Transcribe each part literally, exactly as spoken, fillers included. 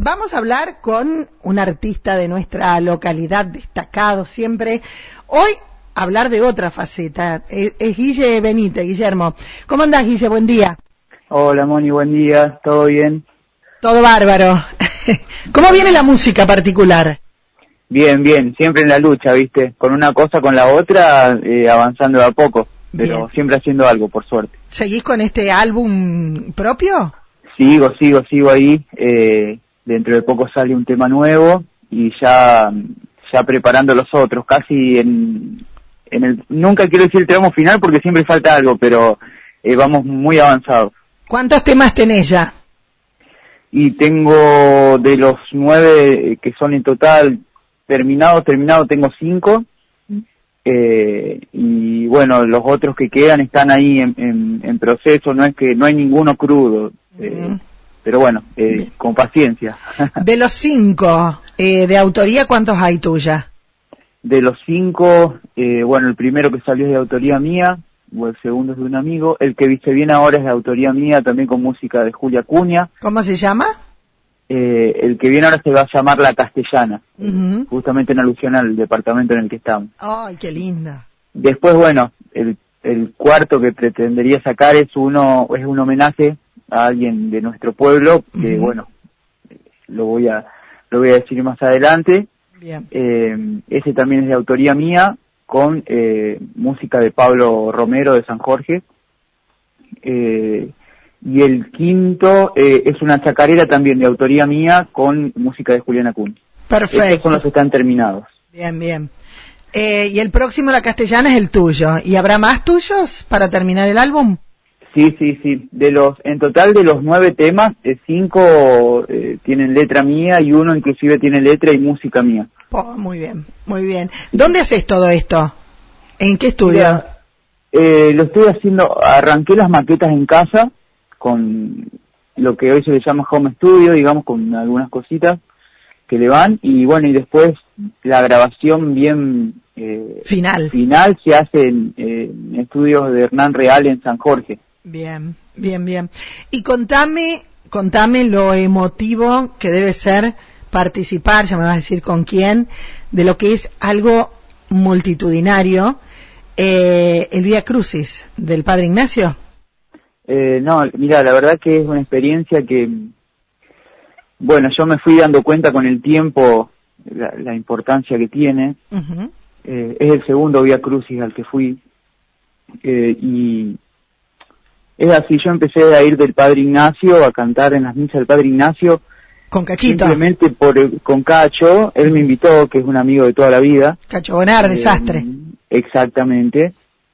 vamos a hablar con un artista de nuestra localidad, destacado siempre. Hoy, hablar de otra faceta. Es, es Guille Benítez, Guillermo. ¿Cómo andás, Guille? Buen día. Hola, Moni, buen día. ¿Todo bien? Todo bárbaro. ¿Cómo viene la música particular? Bien, bien. Siempre en la lucha, ¿viste? Con una cosa, con la otra, eh, avanzando de a poco. Pero bien, siempre haciendo algo, por suerte. ¿Seguís con este álbum propio? Sigo, sigo, sigo ahí. Eh, dentro de poco sale un tema nuevo y ya, ya preparando los otros. Casi en, en el, nunca quiero decir el tramo final porque siempre falta algo, pero eh, vamos muy avanzados. ¿Cuántos temas tenés ya? Y tengo de los nueve que son en total terminados, terminados tengo cinco. Eh, y bueno, los otros que quedan están ahí en, en, en proceso, no es que no hay ninguno crudo, eh, mm. pero bueno, eh, con paciencia. De los cinco, eh, de autoría, ¿cuántos hay tuya? De los cinco, eh, bueno, el primero que salió es de autoría mía, o el segundo es de un amigo, el que viste bien ahora es de autoría mía, también con música de Julia Acuña. ¿Cómo se llama? Eh, el que viene ahora se va a llamar La Castellana, uh-huh. justamente en alusión al departamento en el que estamos. ¡Ay, qué linda! Después, bueno, el, el cuarto que pretendería sacar es uno es un homenaje a alguien de nuestro pueblo, que uh-huh. bueno, lo voy a lo voy a decir más adelante. Bien. Eh, ese también es de autoría mía, con eh, música de Pablo Romero de San Jorge. Eh, Y el quinto eh, es una chacarera también de autoría mía con música de Julián Acuña. Perfecto. Estos son los que están terminados. Bien, bien. Eh, y el próximo, La Castellana, es el tuyo. ¿Y habrá más tuyos para terminar el álbum? Sí, sí, sí. De los, en total de los nueve temas, eh, cinco eh, tienen letra mía y uno inclusive tiene letra y música mía. Oh, muy bien, muy bien. ¿Dónde haces todo esto? ¿En qué estudio? Mira, eh, lo estoy haciendo, arranqué las maquetas en casa, con lo que hoy se le llama home studio, digamos, con algunas cositas que le van, y bueno, y después la grabación bien eh, final final se hace en, eh, en estudios de Hernán Real en San Jorge. Bien, bien, bien. Y contame, contame lo emotivo que debe ser participar, ya me vas a decir con quién, de lo que es algo multitudinario, eh, el Vía Crucis del Padre Ignacio. Eh, no, mira, la verdad que es una experiencia que, bueno, yo me fui dando cuenta con el tiempo la, la importancia que tiene. Uh-huh. Eh, es el segundo Vía Crucis al que fui. Eh, y es así, yo empecé a ir del Padre Ignacio, a cantar en las misas del Padre Ignacio. ¿Con Cachito? Simplemente por, con Cacho, él me invitó, que es un amigo de toda la vida. Cacho Bonar, de Sastre. Eh, exactamente.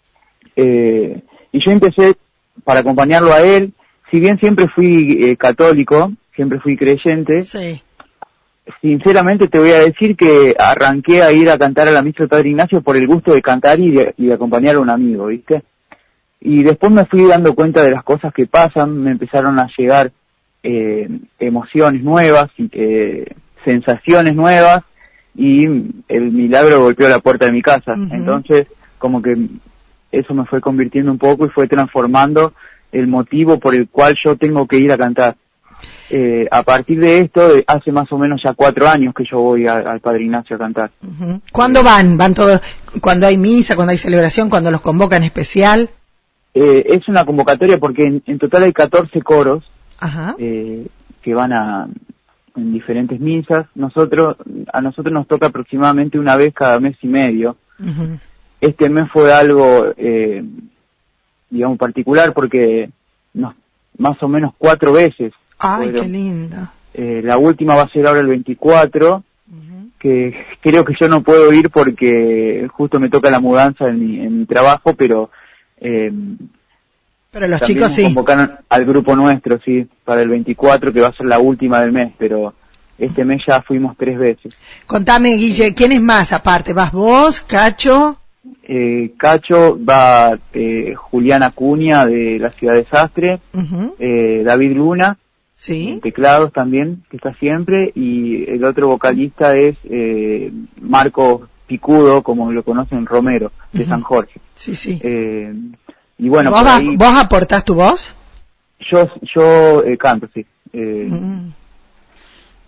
Eh, y yo empecé para acompañarlo a él, si bien siempre fui eh, católico, siempre fui creyente, sí. Sinceramente te voy a decir que arranqué a ir a cantar a la misa del Padre Ignacio por el gusto de cantar y de, y de acompañar a un amigo, ¿viste? Y después me fui dando cuenta de las cosas que pasan, me empezaron a llegar eh, emociones nuevas, eh, sensaciones nuevas, y el milagro golpeó la puerta de mi casa. Uh-huh. Entonces, como que eso me fue convirtiendo un poco y fue transformando el motivo por el cual yo tengo que ir a cantar. Eh, a partir de esto, hace más o menos ya cuatro años que yo voy a, al Padre Ignacio a cantar. Uh-huh. ¿Cuándo van? ¿Van todos? ¿Cuando hay misa, cuando hay celebración, cuando los convocan especial? Eh, es una convocatoria porque en, en total hay catorce coros. Ajá. eh, que van a en diferentes misas. Nosotros a nosotros nos toca aproximadamente una vez cada mes y medio. Uh-huh. Este mes fue algo, eh, digamos, particular porque nos, más o menos cuatro veces. ¡Ay, fueron. Qué linda! Eh, la última va a ser ahora el veinticuatro, uh-huh. que creo que yo no puedo ir porque justo me toca la mudanza en mi, en mi trabajo, pero... Eh, pero los también chicos nos sí. convocaron al grupo nuestro, sí, para el veinticuatro, que va a ser la última del mes, pero... Este mes ya fuimos tres veces. Contame, Guille, ¿quién es más aparte? ¿Vas vos, Cacho? Eh, Cacho, va eh, Julián Acuña de la ciudad de Sastre, uh-huh. eh, David Luna, sí. teclados también, que está siempre, y el otro vocalista es eh, Marco Picudo, como lo conocen, Romero, de uh-huh. San Jorge. Sí, sí. Eh, y bueno, ¿Vos, por ahí, ¿Vos aportás tu voz? Yo, yo eh, canto, sí. Eh, uh-huh.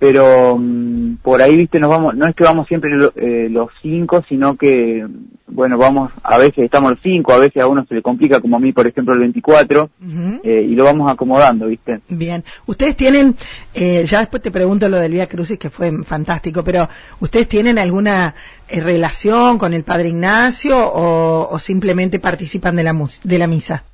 pero um, por ahí, viste, nos vamos, no es que vamos siempre lo, eh, los cinco, sino que, bueno, vamos, a veces estamos los cinco, a veces a uno se le complica, como a mí, por ejemplo, el veinticuatro, uh-huh. eh, y lo vamos acomodando, viste. Bien, ustedes tienen, eh, ya después te pregunto lo del Vía Crucis, que fue fantástico, pero ¿ustedes tienen alguna eh, relación con el Padre Ignacio o, o simplemente participan de la, de la misa?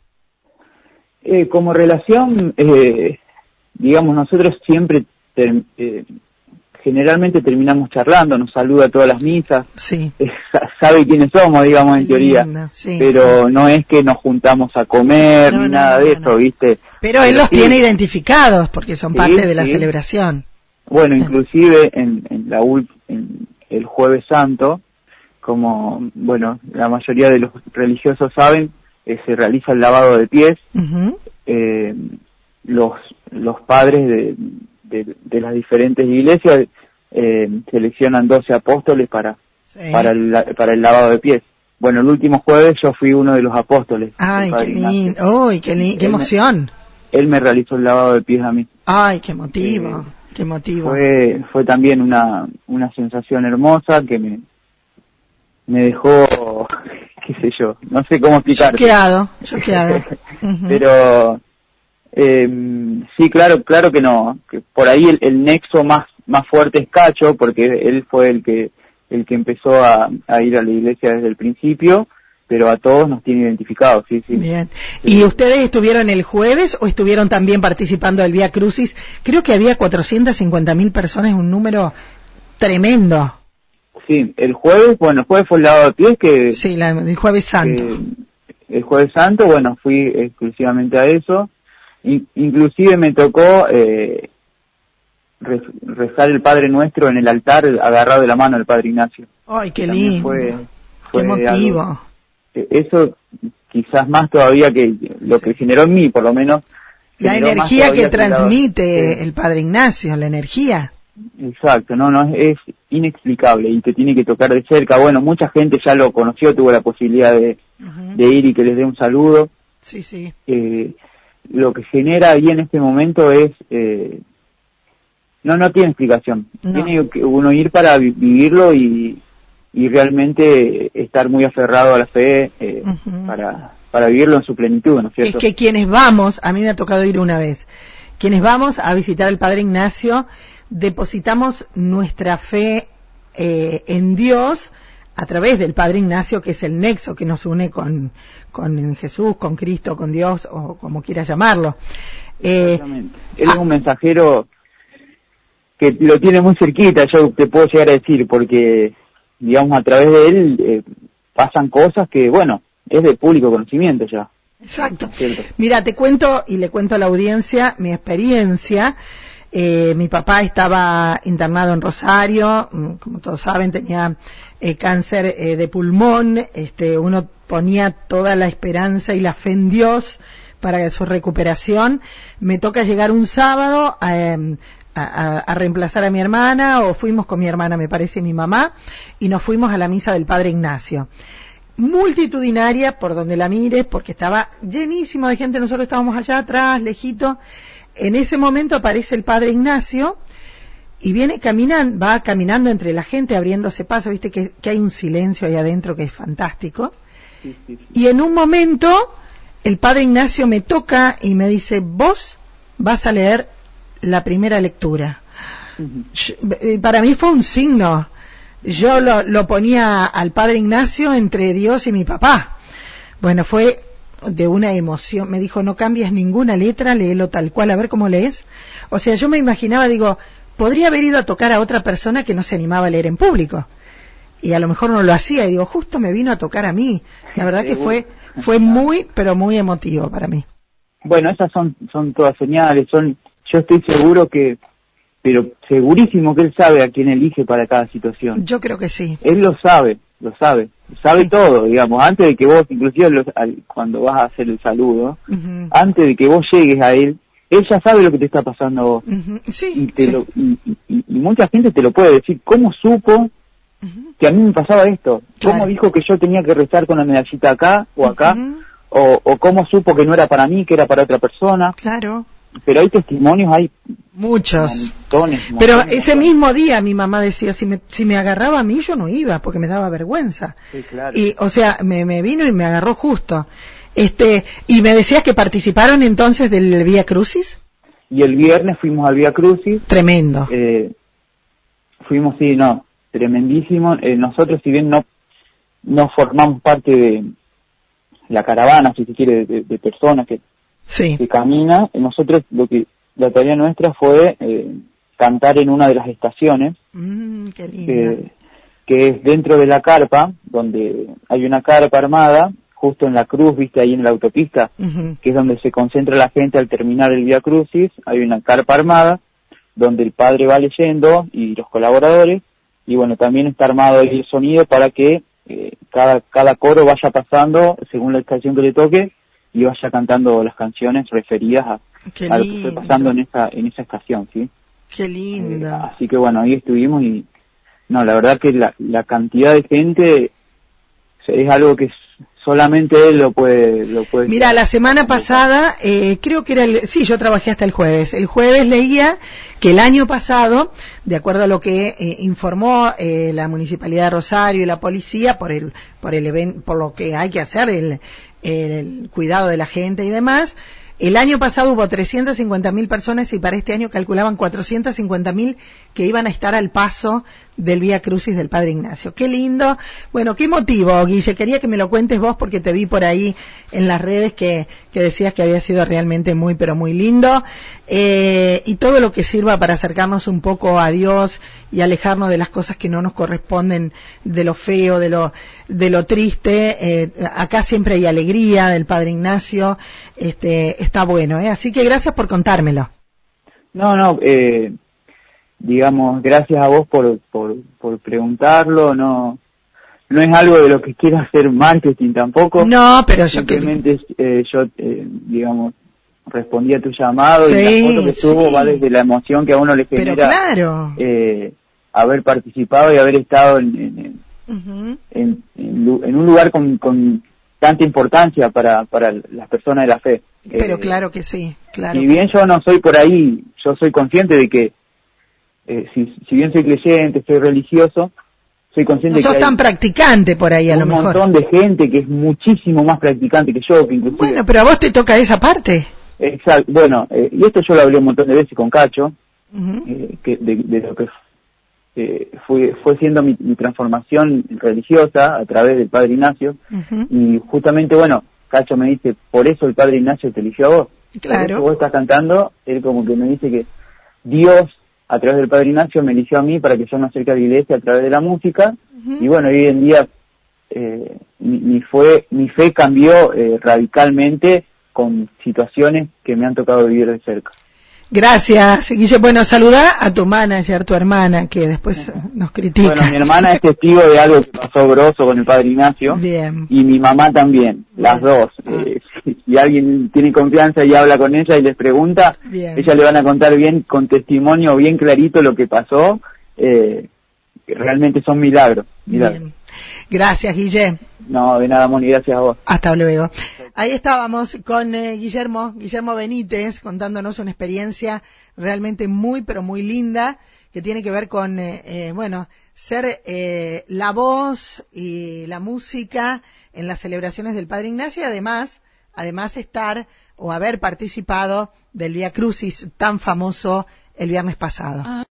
Eh, como relación, eh, digamos, nosotros siempre ter, eh, generalmente terminamos charlando, nos saluda a todas las misas, sí. eh, sabe quiénes somos, digamos, en teoría, sí, pero sí. no es que nos juntamos a comer no, ni no, nada no, de no, eso, no. ¿viste? Pero él pero los sí. tiene identificados porque son sí, parte de la sí. celebración. Bueno, inclusive en, en la en el Jueves Santo, como, bueno, la mayoría de los religiosos saben, eh, se realiza el lavado de pies. Uh-huh. eh, los los padres de, de, de las diferentes iglesias eh, seleccionan doce apóstoles para sí. para el para el lavado de pies. Bueno, el último jueves yo fui uno de los apóstoles. Ay, qué lindo, ¡ay, qué, li- qué emoción! Me, él me realizó el lavado de pies a mí. Ay, qué motivo, eh, qué motivo. Fue fue también una una sensación hermosa que me me dejó, qué sé yo, no sé cómo explicar. Choqueado, choqueado. Uh-huh. Pero eh, sí, claro, claro que no, que por ahí el, el nexo más más fuerte es Cacho, porque él fue el que el que empezó a, a ir a la iglesia desde el principio, pero a todos nos tiene identificados, sí, sí. Bien. ¿Y ustedes estuvieron el jueves o estuvieron también participando del Vía Crucis? Creo que había cuatrocientas cincuenta mil personas, un número tremendo. Sí, el jueves, bueno, el jueves fue el lavado de pies que... Sí, la, el Jueves Santo. Eh, el Jueves Santo, bueno, fui exclusivamente a eso. I, inclusive me tocó eh, rezar el Padre Nuestro en el altar agarrado de la mano del Padre Ignacio. ¡Ay, qué lindo! Fue, fue ¡Qué motivo! Algo, eso quizás más todavía que lo que generó en mí, por lo menos. La energía que transmite el, el Padre Ignacio, la energía. Exacto, no, no, es, es inexplicable y te tiene que tocar de cerca. Bueno, mucha gente ya lo conoció, tuvo la posibilidad de, uh-huh. de ir y que les dé un saludo. Sí, sí. Eh, lo que genera ahí en este momento es, eh, no, no tiene explicación. No. Tiene que uno ir para vi- vivirlo y, y realmente estar muy aferrado a la fe eh, uh-huh. para, para vivirlo en su plenitud, ¿no es cierto? Es que quienes vamos, a mí me ha tocado ir una vez, quienes vamos a visitar al Padre Ignacio, depositamos nuestra fe eh, en Dios a través del Padre Ignacio, que es el nexo que nos une con, con Jesús, con Cristo, con Dios, o como quieras llamarlo. Eh, Exactamente. Él ah, es un mensajero que lo tiene muy cerquita, yo te puedo llegar a decir, porque, digamos, a través de él eh, pasan cosas que, bueno, es de público conocimiento ya. Exacto. Mira, te cuento y le cuento a la audiencia mi experiencia. Eh, mi papá estaba internado en Rosario, como todos saben, tenía eh, cáncer eh, de pulmón. Este, uno ponía toda la esperanza y la fe en Dios para su recuperación. Me toca llegar un sábado a, a, a reemplazar a mi hermana, o fuimos con mi hermana, me parece, y mi mamá, y nos fuimos a la misa del Padre Ignacio. Multitudinaria por donde la mires, porque estaba llenísimo de gente. Nosotros estábamos allá atrás, lejito. En ese momento aparece el Padre Ignacio y viene caminando, va caminando entre la gente abriéndose paso, viste que, que hay un silencio ahí adentro que es fantástico. Sí, sí, sí. Y en un momento el Padre Ignacio me toca y me dice: vos vas a leer la primera lectura. Uh-huh. Yo, para mí fue un signo. Yo lo, lo ponía al Padre Ignacio entre Dios y mi papá. Bueno, fue de una emoción. Me dijo: no cambies ninguna letra, léelo tal cual, a ver cómo lees. O sea, yo me imaginaba, digo, podría haber ido a tocar a otra persona que no se animaba a leer en público, y a lo mejor no lo hacía, y digo, justo me vino a tocar a mí. La verdad que fue fue muy, pero muy emotivo para mí. Bueno, esas son son todas señales, son, yo estoy seguro que, pero segurísimo que él sabe a quién elige para cada situación. Yo creo que sí. Él lo sabe, lo sabe, sabe sí. todo, digamos, antes de que vos, inclusive los, al, cuando vas a hacer el saludo, uh-huh. antes de que vos llegues a él, él ya sabe lo que te está pasando a vos. Uh-huh. Sí, y, te sí. Lo, y, y, y mucha gente te lo puede decir. ¿Cómo supo uh-huh. que a mí me pasaba esto? Claro. ¿Cómo dijo que yo tenía que rezar con la medallita acá o acá? Uh-huh. o, o cómo supo que no era para mí, que era para otra persona? Claro. pero hay testimonios, hay muchos. Montones, montones, pero montones. ese mismo día mi mamá decía, si me, si me agarraba a mí yo no iba, porque me daba vergüenza. Sí, claro. Y, o sea, me, me vino y me agarró justo. Este, y me decías que participaron entonces del Vía Crucis. Y el viernes fuimos al Vía Crucis. Tremendo. Eh, fuimos, sí, no, tremendísimo. Eh, nosotros, si bien no, no formamos parte de la caravana, si se quiere, de, de personas que, sí. que camina, nosotros lo que la tarea nuestra fue eh, cantar en una de las estaciones, mm, qué lindo. que, que es dentro de la carpa, donde hay una carpa armada, justo en la cruz, viste, ahí en la autopista, uh-huh. que es donde se concentra la gente al terminar el Vía Crucis. Hay una carpa armada, donde el padre va leyendo y los colaboradores, y bueno, también está armado ahí el sonido para que eh, cada, cada coro vaya pasando según la estación que le toque, y vaya cantando las canciones referidas a, a lo que fue pasando en esa, en esa estación, ¿sí? Qué lindo. Eh, así que bueno, ahí estuvimos y, no, la verdad que la, la cantidad de gente es algo que solamente él lo puede, lo puede. Mira, la semana pasada, eh, creo que era el, sí, yo trabajé hasta el jueves. El jueves leía que el año pasado, de acuerdo a lo que eh, informó eh, la Municipalidad de Rosario y la policía por el, por el evento, por lo que hay que hacer, el, el cuidado de la gente y demás, el año pasado hubo trescientas cincuenta mil personas y para este año calculaban cuatrocientas cincuenta mil que iban a estar al paso del Vía Crucis del Padre Ignacio. Qué lindo. Bueno, qué motivo, Guille. Quería que me lo cuentes vos porque te vi por ahí en las redes que, que decías que había sido realmente muy, pero muy lindo. Eh, y todo lo que sirva para acercarnos un poco a Dios y alejarnos de las cosas que no nos corresponden, de lo feo, de lo, de lo triste. Eh, acá siempre hay alegría del Padre Ignacio. Este, está bueno, ¿eh? Así que gracias por contármelo. No, no, eh, digamos, gracias a vos por, por, por preguntarlo, no, no es algo de lo que quiera hacer marketing tampoco. No, pero yo simplemente que... eh, yo, eh, digamos, respondí a tu llamado, sí, y la foto que tuvo sí. va desde la emoción que a uno le genera. Pero claro. Eh, haber participado y haber estado en, en, uh-huh. en, en, en un lugar con, con tanta importancia para, para las personas de la fe. Pero eh, claro que sí, claro. Si bien yo no soy por ahí, yo soy consciente de que eh, si, si bien soy creyente, soy religioso, soy consciente no sos que tan practicante por ahí a lo mejor. Un montón de gente que es muchísimo más practicante que yo, que inclusive... Bueno, pero a vos te toca esa parte. Exacto, bueno, eh, y esto yo lo hablé un montón de veces con Cacho, uh-huh. eh, que de, de lo que eh, fue, fue siendo mi, mi transformación religiosa a través del Padre Ignacio, uh-huh. y justamente, bueno, Cacho me dice, por eso el Padre Ignacio te eligió a vos. Claro. Por eso vos estás cantando, él como que me dice que Dios, a través del Padre Ignacio, me eligió a mí para que yo me acerque a la iglesia a través de la música, uh-huh. y bueno, hoy en día eh, mi, mi, fue, mi fe cambió eh, radicalmente con situaciones que me han tocado vivir de cerca. Gracias, Guille. Bueno, saluda a tu manager, tu hermana, que después nos critica. Bueno, mi hermana es testigo de algo que pasó grosso con el Padre Ignacio. Bien. Y mi mamá también, las Bien. dos. Ah. Eh, si, si alguien tiene confianza y habla con ella y les pregunta, Bien. ellas le van a contar bien, con testimonio bien clarito lo que pasó. Eh, realmente son milagros. milagros. Bien. Gracias, Guille. No, de nada, Moni, gracias a vos. Hasta luego. Ahí estábamos con eh, Guillermo, Guillermo Benítez, contándonos una experiencia realmente muy, pero muy linda, que tiene que ver con, eh, eh, bueno, ser eh, la voz y la música en las celebraciones del Padre Ignacio y además, además estar o haber participado del Vía Crucis tan famoso el viernes pasado.